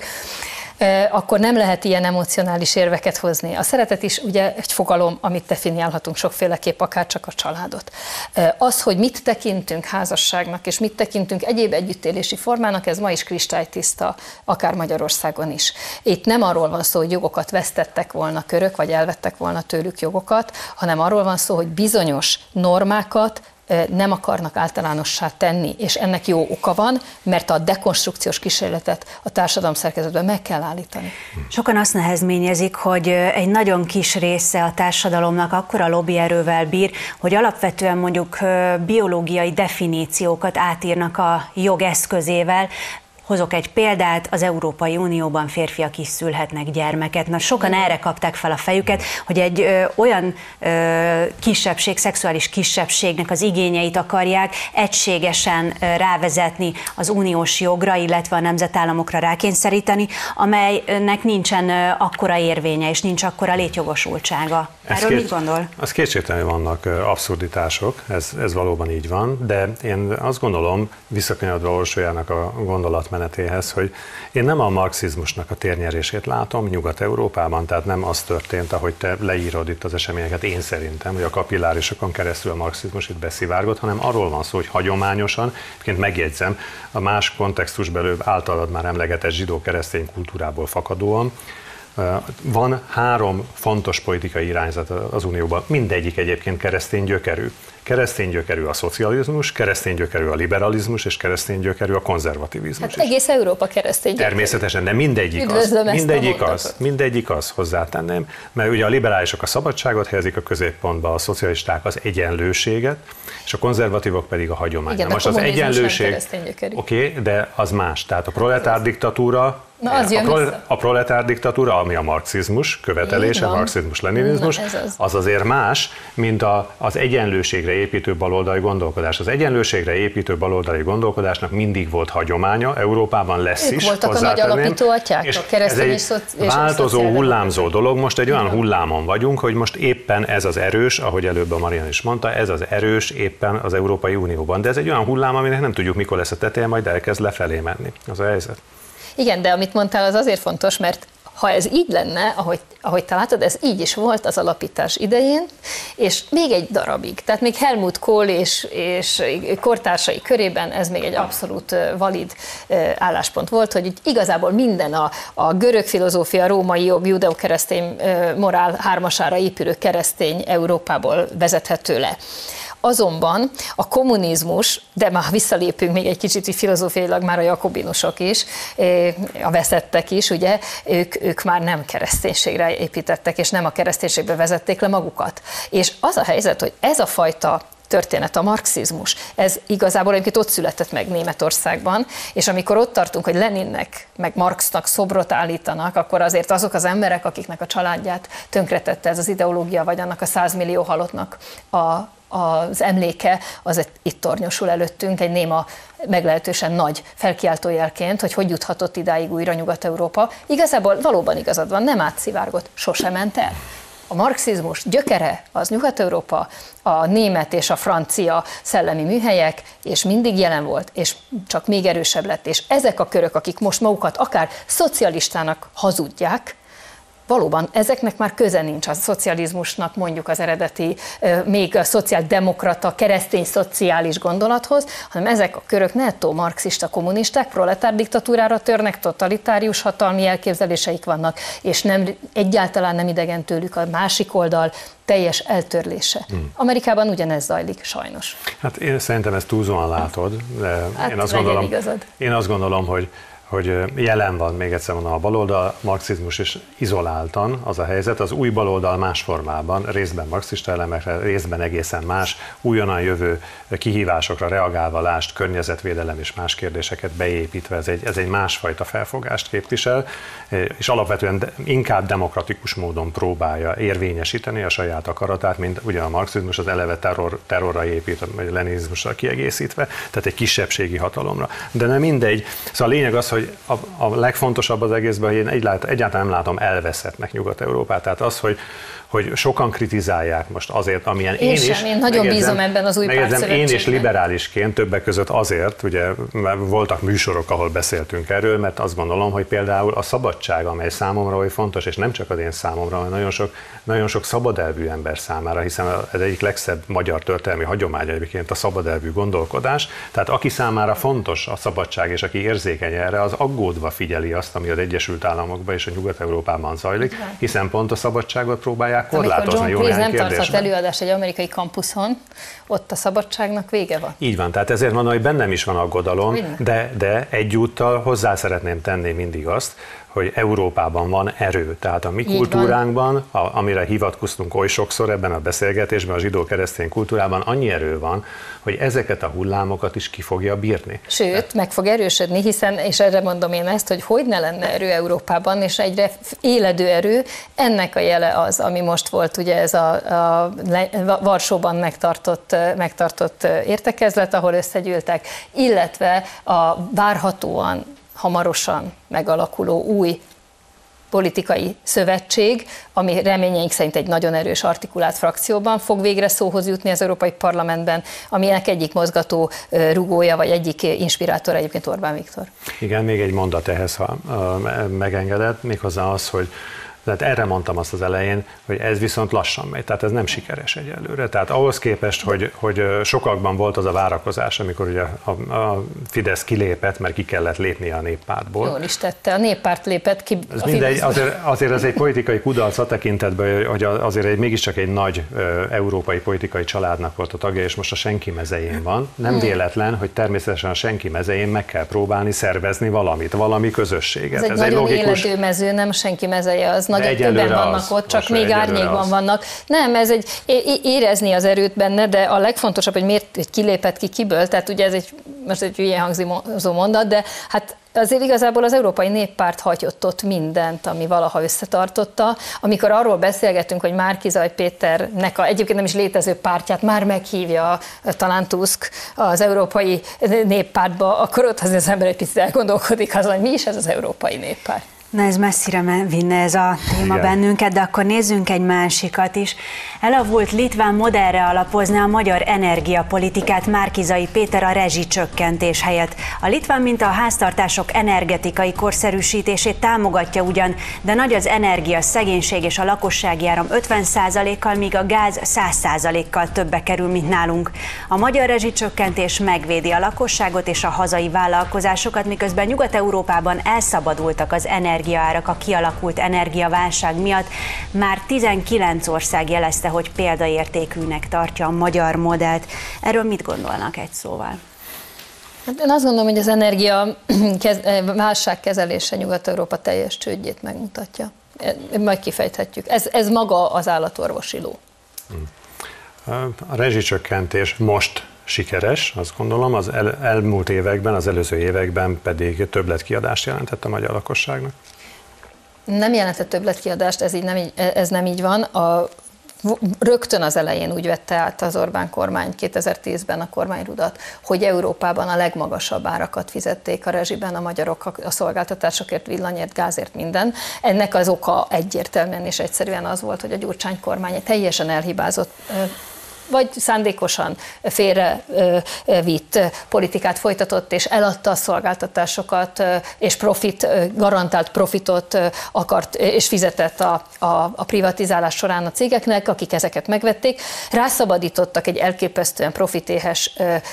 Speaker 4: akkor nem lehet ilyen emocionális érveket hozni. A szeretet is ugye egy fogalom, amit definiálhatunk sokféleképp, akár csak a családot. Az, hogy mit tekintünk házasságnak, és mit tekintünk egyéb együttélési formának, ez ma is kristálytiszta, akár Magyarországon is. Itt nem arról van szó, hogy jogokat vesztettek volna körök, vagy elvettek volna tőlük jogokat, hanem arról van szó, hogy bizonyos normákat nem akarnak általánossá tenni, és ennek jó oka van, mert a dekonstrukciós kísérletet a társadalomszerkezetben meg kell állítani.
Speaker 2: Sokan azt nehezményezik, hogy egy nagyon kis része a társadalomnak akkora lobbyerővel bír, hogy alapvetően mondjuk biológiai definíciókat átírnak a jog eszközével. Hozok egy példát, az Európai Unióban férfiak is szülhetnek gyermeket. Na, sokan erre kapták fel a fejüket, hogy egy olyan kisebbség, szexuális kisebbségnek az igényeit akarják egységesen rávezetni az uniós jogra, illetve a nemzetállamokra rákényszeríteni, amelynek nincsen akkora érvénye, és nincs akkora létjogosultsága. Erről mit gondol?
Speaker 3: Az kétségtelenül vannak abszurditások, ez valóban így van, de én azt gondolom, visszakanyarodva Orsolyának a gondolatmenetéhez, hogy én nem a marxizmusnak a térnyerését látom Nyugat-Európában, tehát nem az történt, ahogy te leírod itt az eseményeket, én szerintem, hogy a kapillárisokon keresztül a marxizmus itt beszivárgott, hanem arról van szó, hogy hagyományosan, egyébként megjegyzem, a más kontextusbelül általad már emlegetett zsidó-keresztény kultúrából fakadóan, van 3 fontos politikai irányzat az Unióban, mindegyik egyébként keresztény gyökerű. Keresztény gyökerű a szocializmus, keresztény gyökerű a liberalizmus, és keresztény gyökerű a konzervativizmus.
Speaker 4: Hát egész Európa keresztény gyökerű.
Speaker 3: Természetesen, de mindegyik az, hozzátenném, mert ugye a liberálisok a szabadságot helyezik a középpontba, a szocialisták az egyenlőséget, és a konzervatívok pedig a hagyományt.
Speaker 4: Igen,
Speaker 3: most az egyenlőség, oké, de az más. Tehát a proletár diktatúra, a proletár diktatúra, ami a marxizmus követelése, a marxizmus-leninizmus, az azért más, mint az egyenlőségre építő baloldali gondolkodás. Az egyenlőségre építő baloldali gondolkodásnak mindig volt hagyománya, Európában lesz is.
Speaker 4: Voltak a nagy alapító atyák,
Speaker 3: és
Speaker 4: a keresztény
Speaker 3: és változó, hullámzó dolog. Most egy olyan hullámon vagyunk, hogy most éppen ez az erős, ahogy előbb a Marian is mondta, ez az erős éppen az Európai Unióban. De ez egy olyan hullám, aminek nem tudjuk, mikor lesz a teteje, majd elkezd lefelé menni. Az a helyzet.
Speaker 4: Igen, de amit mondtál, az azért fontos, mert ha ez így lenne, ahogy te látod, ez így is volt az alapítás idején, és még egy darabig. Tehát még Helmut Kohl és kortársai körében ez még egy abszolút valid álláspont volt, hogy igazából minden a görög filozófia, római jog, judeo-keresztény morál hármasára épülő keresztény Európából vezethető le. Azonban a kommunizmus, de már visszalépünk még egy kicsit filozófiailag, már a jakobinusok is, a veszettek is, ugye, ők már nem kereszténységre építettek, és nem a kereszténységbe vezették le magukat. És az a helyzet, hogy ez a fajta történet, a marxizmus, ez igazából egyébként ott született meg Németországban, és amikor ott tartunk, hogy Leninnek, meg Marxnak szobrot állítanak, akkor azért azok az emberek, akiknek a családját tönkretette ez az ideológia, vagy annak a 100 millió halottnak az emléke, az itt tornyosul előttünk, egy néma, meglehetősen nagy felkiáltójelként, hogy juthatott idáig újra Nyugat-Európa. Igazából valóban igazad van, nem átszivárgott, sosem ment el. A marxizmus gyökere az Nyugat-Európa, a német és a francia szellemi műhelyek, és mindig jelen volt, és csak még erősebb lett. És ezek a körök, akik most magukat akár szocialistának hazudják, valóban ezeknek már köze nincs a szocializmusnak, mondjuk az eredeti, még a szociáldemokrata, keresztény szociális gondolathoz, hanem ezek a körök nettó marxista kommunisták, proletár diktatúrára törnek, totalitárius hatalmi elképzeléseik vannak, és egyáltalán nem idegen tőlük a másik oldal teljes eltörlése. Amerikában ugyanez zajlik, sajnos.
Speaker 3: Hát én szerintem ezt túlzóan látod, de
Speaker 4: hát
Speaker 3: én azt gondolom, hogy jelen van, még egyszer mondom, a baloldal, marxizmus is izoláltan az a helyzet, az új baloldal más formában, részben marxista elemekre, részben egészen más, újonnan jövő kihívásokra reagálva, lásd, környezetvédelem és más kérdéseket beépítve, ez egy másfajta felfogást képvisel, és alapvetően inkább demokratikus módon próbálja érvényesíteni a saját akaratát, mint ugye a marxizmus az eleve terrorra épít, vagy leninizmussal kiegészítve, tehát egy kisebbségi hatalomra. De nem mindegy. Szóval a lényeg az, hogy a legfontosabb az egészben, hogy én egyáltalán nem látom elveszettnek Nyugat-Európát. Tehát az, hogy sokan kritizálják most azért, amilyen
Speaker 4: én nagyon bízom ebben az új pártszövetségben.
Speaker 3: Én is liberálisként többek között azért, ugye voltak műsorok, ahol beszéltünk erről, mert azt gondolom, hogy például a szabadság, amely számomra oly fontos, és nem csak az én számomra, hanem nagyon sok szabadelvű ember számára, hiszen ez egyik legszebb magyar történelmi hagyomány egyébként a szabadelvű gondolkodás. Tehát aki számára fontos a szabadság, és aki érzékeny erre, az aggódva figyeli azt, ami az Egyesült Államokban és a Nyugat-Európában zajlik, hiszen pont a szabadságot próbálják korlátozni.
Speaker 4: Amikor John Cleese nem tarthat előadást egy amerikai kampuszon, ott a szabadságnak vége van.
Speaker 3: Így van, tehát ezért mondom, hogy bennem is van aggodalom, de egyúttal hozzá szeretném tenni mindig azt, hogy Európában van erő. Tehát a mi kultúránkban, amire hivatkoztunk oly sokszor ebben a beszélgetésben, a zsidó-keresztény kultúrában annyi erő van, hogy ezeket a hullámokat is ki fogja bírni.
Speaker 4: Sőt, meg fog erősödni, hiszen, és erre mondom én ezt, hogy ne lenne erő Európában, és egyre éledő erő, ennek a jele az, ami most volt ugye ez a Varsóban megtartott értekezlet, ahol összegyűltek, illetve a várhatóan hamarosan megalakuló új politikai szövetség, ami reményeink szerint egy nagyon erős artikulált frakcióban fog végre szóhoz jutni az Európai Parlamentben, aminek egyik mozgató rugója, vagy egyik inspirátora egyébként Orbán Viktor.
Speaker 3: Igen, még egy mondat ehhez, ha megengedett, méghozzá az, hogy tehát erre mondtam azt az elején, hogy ez viszont lassan megy, tehát ez nem sikeres egyelőre. Tehát ahhoz képest, hogy sokakban volt az a várakozás, amikor ugye a Fidesz kilépett, mert ki kellett lépnie a Néppártból.
Speaker 4: Jól is tette, a Néppárt lépett ki.
Speaker 3: Ez mindegy, azért ez egy politikai kudarc a tekintetben, hogy azért mégiscsak egy nagy európai politikai családnak volt a tagja, és most a senki mezején van. Nem véletlen, hogy természetesen a senki mezején meg kell próbálni szervezni valami közösséget.
Speaker 4: Ez egy nagyon logikus... éledő mező, nem senki mezeje, az nagyon többen vannak ott, csak még árnyékban vannak. Nem, ez érezni az erőt benne, de a legfontosabb, hogy miért kilépett ki kiből, tehát ugye ez most egy hülye hangzó mondat, de hát azért igazából az Európai Néppárt hagyott ott mindent, ami valaha összetartotta. Amikor arról beszélgetünk, hogy Márki-Zay Péternek egyébként nem is létező pártját már meghívja talán Tusk az Európai Néppártba, akkor ott az ember egy picit elgondolkodik azon, hogy mi is ez az Európai Néppárt.
Speaker 2: Na ez messzire vinne ez a téma bennünket, de akkor nézzünk egy másikat is. Elavult litván modellre alapozná a magyar energiapolitikát Márki-Zay Péter a rezsicsökkentés helyett. A litván minta a háztartások energetikai korszerűsítését támogatja ugyan, de nagy az energia szegénység és a lakossági áram 50%-kal, míg a gáz 100%-kal többe kerül, mint nálunk. A magyar rezsicsökkentés megvédi a lakosságot és a hazai vállalkozásokat, miközben Nyugat-Európában elszabadultak az energiaárak a kialakult energiaválság miatt. Már 19 ország jelezte, hogy példaértékűnek tartja a magyar modellt. Erről mit gondolnak egy szóval?
Speaker 4: Én azt gondolom, hogy az energia válság kezelése Nyugat-Európa teljes csődjét megmutatja. Majd kifejthetjük. Ez maga az állatorvosi ló.
Speaker 3: A rezsicsökkentés most sikeres, azt gondolom, az elmúlt években, az előző években pedig többletkiadást jelentett a magyar lakosságnak.
Speaker 4: Nem jelentett többletkiadást, ez nem így van. Rögtön az elején úgy vette át az Orbán kormány 2010-ben a kormányrudat, hogy Európában a legmagasabb árakat fizették a rezsiben a magyarok a szolgáltatásokért, villanyért, gázért, minden. Ennek az oka egyértelműen és egyszerűen az volt, hogy a Gyurcsány kormány egy teljesen elhibázott vagy szándékosan félrevitt politikát folytatott, és eladta a szolgáltatásokat, és garantált profitot akart, és fizetett a privatizálás során a cégeknek, akik ezeket megvették. Rászabadítottak egy elképesztően profitéhes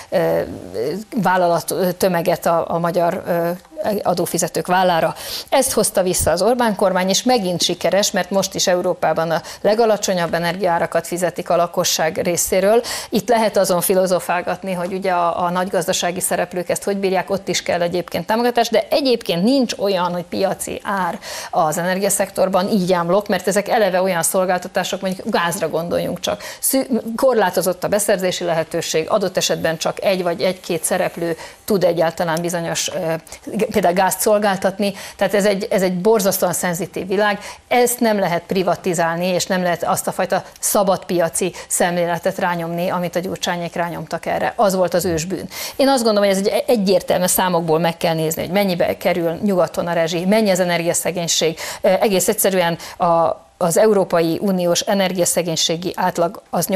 Speaker 4: vállalattömeget a magyar adófizetők vállára. Ezt hozta vissza az Orbán kormány, és megint sikeres, mert most is Európában a legalacsonyabb energiaárakat fizetik a lakosság részéről. Itt lehet azon filozofálgatni, hogy ugye a nagy gazdasági szereplők ezt hogy bírják, ott is kell egyébként támogatás, de egyébként nincs olyan, hogy piaci ár az energiaszektorban, így ámlok, mert ezek eleve olyan szolgáltatások, mondjuk gázra gondoljunk csak. Korlátozott a beszerzési lehetőség, adott esetben csak egy vagy egy-két szereplő tud egyáltalán bizonyos például gázt szolgáltatni, tehát ez egy borzasztóan szenzitív világ, ezt nem lehet privatizálni, és nem lehet azt a fajta szabadpiaci szemléletet rányomni, amit a Gyurcsányék rányomtak erre. Az volt az ősbűn. Én azt gondolom, hogy ez egy egyértelmű számokból meg kell nézni, hogy mennyibe kerül nyugaton a rezsi, mennyi az energiaszegénység. Egész egyszerűen az Európai Uniós energiaszegénységi átlag az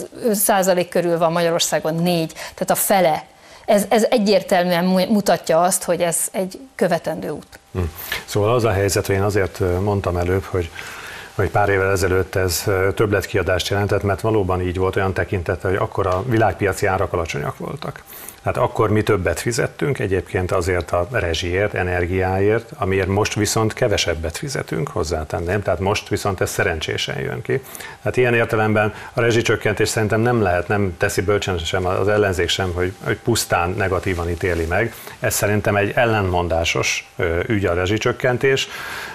Speaker 4: 8% körül van, Magyarországon 4%, tehát a fele. Ez egyértelműen mutatja azt, hogy ez egy követendő út.
Speaker 3: Szóval az a helyzet, hogy én azért mondtam előbb, hogy pár évvel ezelőtt ez többletkiadást jelentett, mert valóban így volt olyan tekintettel, hogy akkor a világpiaci árak alacsonyak voltak. Hát akkor mi többet fizettünk egyébként azért a rezsiért, energiáért, amiért most viszont kevesebbet fizetünk, hozzátenném, tehát most viszont ez szerencsésen jön ki. Hát ilyen értelemben a rezsicsökkentés szerintem nem teszi bölcsen sem az ellenzék sem, hogy pusztán negatívan ítéli meg. Ez szerintem egy ellentmondásos ügy a rezsicsökkentés.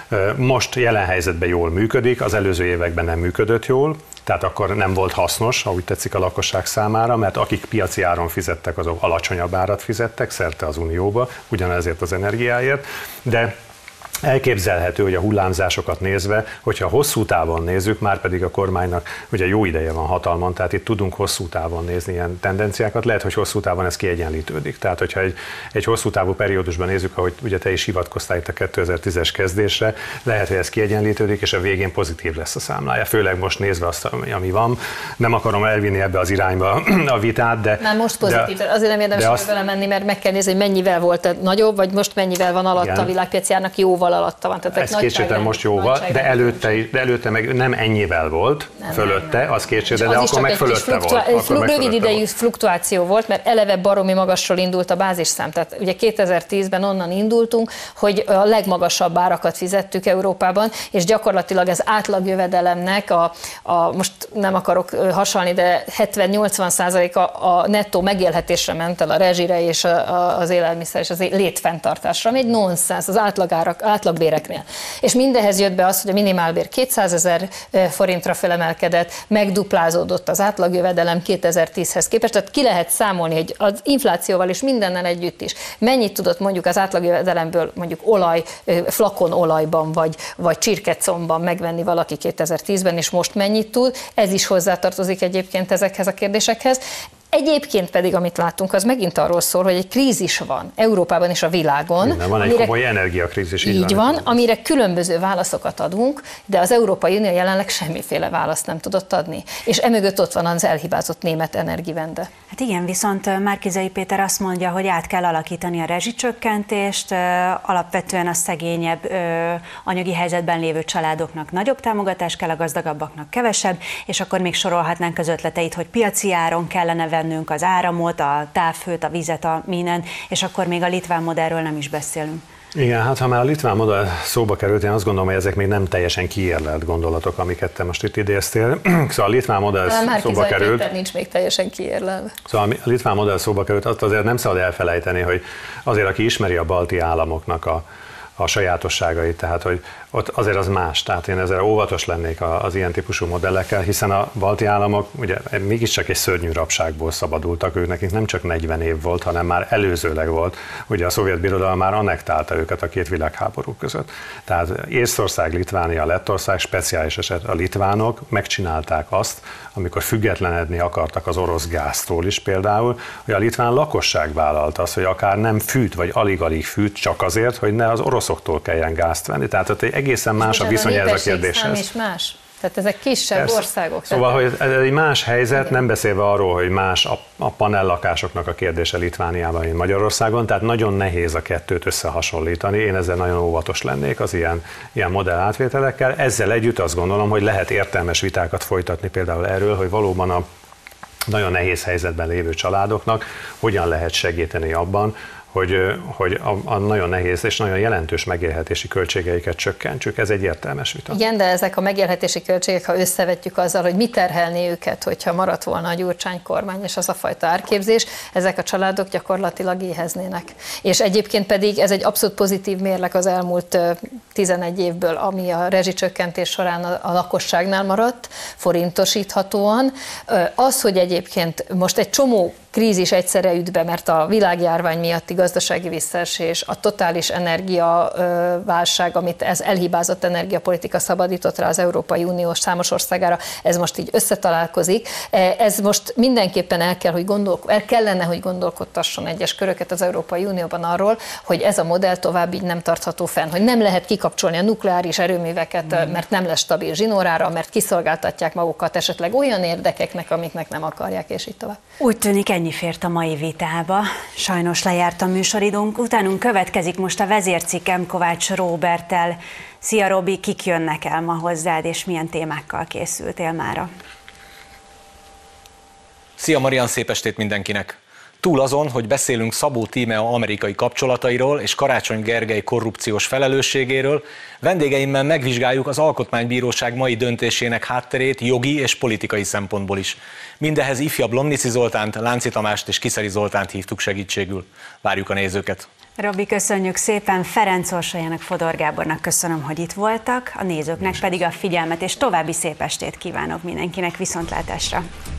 Speaker 3: Most jelen helyzetben jól működik, az előző években nem működött jól, tehát akkor nem volt hasznos, ha úgy tetszik a lakosság számára, mert akik piaci áron fizettek, azok alacsonyabb árat fizettek szerte az Unióba, ugyanezért az energiáért, de elképzelhető, hogy a hullámzásokat nézve, hogyha hosszú távon nézzük, már pedig a kormánynak ugye jó ideje van hatalmon, tehát itt tudunk hosszú távon nézni ilyen tendenciákat, lehet, hogy hosszú távon ez kiegyenlítődik. Tehát, hogyha egy hosszú távú periódusban nézzük, ahogy ugye te is hivatkoztál itt a 2010-es kezdésre, lehet, hogy ez kiegyenlítődik, és a végén pozitív lesz a számlája. Főleg most nézve azt, ami van. Nem akarom elvinni ebbe az irányba a vitát, de...
Speaker 4: Már most pozitív, azért nem érdemes vele menni, mert meg kell nézni, hogy mennyivel volt nagyobb, vagy most mennyivel van alatt a világpiaci árnak, jóval alatta van. Tehát ez kétségtelen most jóval, de előtte meg nem ennyivel volt, fölötte, az kétségtelen, de akkor meg fölötte volt. Rövid idejű fluktuáció volt, mert eleve baromi magasról indult a bázisszám. Tehát ugye 2010-ben onnan indultunk, hogy a legmagasabb árakat fizettük Európában, és gyakorlatilag az átlagjövedelemnek most nem akarok hasalni, de 70-80% a nettó megélhetésre ment el, a rezsire és az élelmiszer és az létfenntartásra, ami egy nonsens az átlagbéreknél. És mindehhez jött be az, hogy a minimálbér 200 000 forintra felemelkedett, megduplázódott az átlagjövedelem 2010-hez képest, tehát ki lehet számolni, hogy az inflációval és mindennel együtt is mennyit tudott mondjuk az átlagjövedelemből mondjuk flakon olajban vagy csirkecomban megvenni valaki 2010-ben, és most mennyit tud, ez is hozzátartozik egyébként ezekhez a kérdésekhez. Egyébként pedig, amit látunk, az megint arról szól, hogy egy krízis van Európában és a világon.
Speaker 3: Van egy komoly energiakrízis.
Speaker 4: Így van, amire különböző válaszokat adunk, de az Európai Unió jelenleg semmiféle választ nem tudott adni. És emögött ott van az elhibázott német Energiewende.
Speaker 2: Hát igen, viszont Márki-Zay Péter azt mondja, hogy át kell alakítani a rezsicsökkentést, alapvetően a szegényebb anyagi helyzetben lévő családoknak nagyobb támogatás kell, a gazdagabbaknak kevesebb, és akkor még sorolhatnánk az ötleteit, hogy piaci áron kellene vennünk az áramot, a távhőt, a vizet, a minden, és akkor még a litván modellről nem is beszélünk.
Speaker 3: Igen, hát ha már a litván modell szóba került, én azt gondolom, hogy ezek még nem teljesen kiérlelt gondolatok, amiket te most itt idéztél. Szóval a litván modell szóba került.
Speaker 4: Péter nincs még teljesen kiérlelve.
Speaker 3: Szóval a litván modell szóba került, azt azért nem szabad elfelejteni, hogy azért, aki ismeri a balti államoknak a sajátosságait, tehát hogy ott azért az más, tehát én ezzel óvatos lennék az ilyen típusú modellekkel, hiszen a balti államok ugye mégiscsak egy szörnyű rabságból szabadultak, ők nekik nem csak 40 év volt, hanem már előzőleg volt, ugye a szovjet birodalom már annektálta őket a két világháború között. Tehát Észtország, Litvánia, Lettország, speciális eset a litvánok megcsinálták azt, amikor függetlenedni akartak az orosz gáztól is például, hogy a litván lakosság vállalta azt, hogy akár nem fűt, vagy alig-alig fűt csak azért, hogy ne az oroszoktól kelljen gázt venni. Tehát ott egészen más a viszony ez a kérdéshez.
Speaker 4: És más. Tehát ezek kisebb
Speaker 3: Persze.
Speaker 4: országok.
Speaker 3: Szóval, hogy ez egy más helyzet, igen. Nem beszélve arról, hogy más a panellakásoknak a kérdése Litvániában, mint Magyarországon, tehát nagyon nehéz a kettőt összehasonlítani. Én ezzel nagyon óvatos lennék az ilyen modell átvételekkel. Ezzel együtt azt gondolom, hogy lehet értelmes vitákat folytatni például erről, hogy valóban a nagyon nehéz helyzetben lévő családoknak hogyan lehet segíteni abban, hogy a nagyon nehéz és nagyon jelentős megélhetési költségeiket csökkentsük. Ez egy értelmes vita.
Speaker 4: Igen, de ezek a megélhetési költségek, ha összevetjük azzal, hogy mi terhelné őket, hogyha maradt volna a Gyurcsány kormány és az a fajta árképzés, ezek a családok gyakorlatilag éheznének. És egyébként pedig ez egy abszolút pozitív mérleg az elmúlt 11 évből, ami a rezsicsökkentés során a lakosságnál maradt, forintosíthatóan. Az, hogy egyébként most egy csomó krízis egyszerre üt be, mert a világjárvány miatti gazdasági visszaesés, a totális energiaválság, amit ez elhibázott energiapolitika szabadított rá az Európai Unió számos országára, ez most így összetalálkozik. Ez most mindenképpen el kellene, hogy gondolkodtasson egyes köröket az Európai Unióban arról, hogy ez a modell tovább így nem tartható fenn, hogy nem lehet kikapcsolni a nukleáris erőműveket, mert nem lesz stabil zsinórára, mert kiszolgáltatják magukat esetleg olyan érdekeknek, amiknek nem akarják, és így tovább.
Speaker 2: Úgy tűnik, ennyi fért a mai vitába. Sajnos lejárt a műsoridőnk. Utánunk következik most a vezércikkem Kovács Róberttel. Szia Robi, kik jönnek el ma hozzád, és milyen témákkal készültél mára?
Speaker 5: Szia Marian, szép estét mindenkinek! Túl azon, hogy beszélünk Szabó Tímea amerikai kapcsolatairól és Karácsony Gergely korrupciós felelősségéről, vendégeimmel megvizsgáljuk az Alkotmánybíróság mai döntésének hátterét jogi és politikai szempontból is. Mindehez ifjabb Lomnici Zoltánt, Lánci Tamást és Kiszeri Zoltánt hívtuk segítségül. Várjuk a nézőket! Robi, köszönjük szépen, Ferenc Orsolyának, Fodor Gábornak köszönöm, hogy itt voltak, a nézőknek pedig a figyelmet, és további szép estét kívánok mindenkinek, viszontlátásra!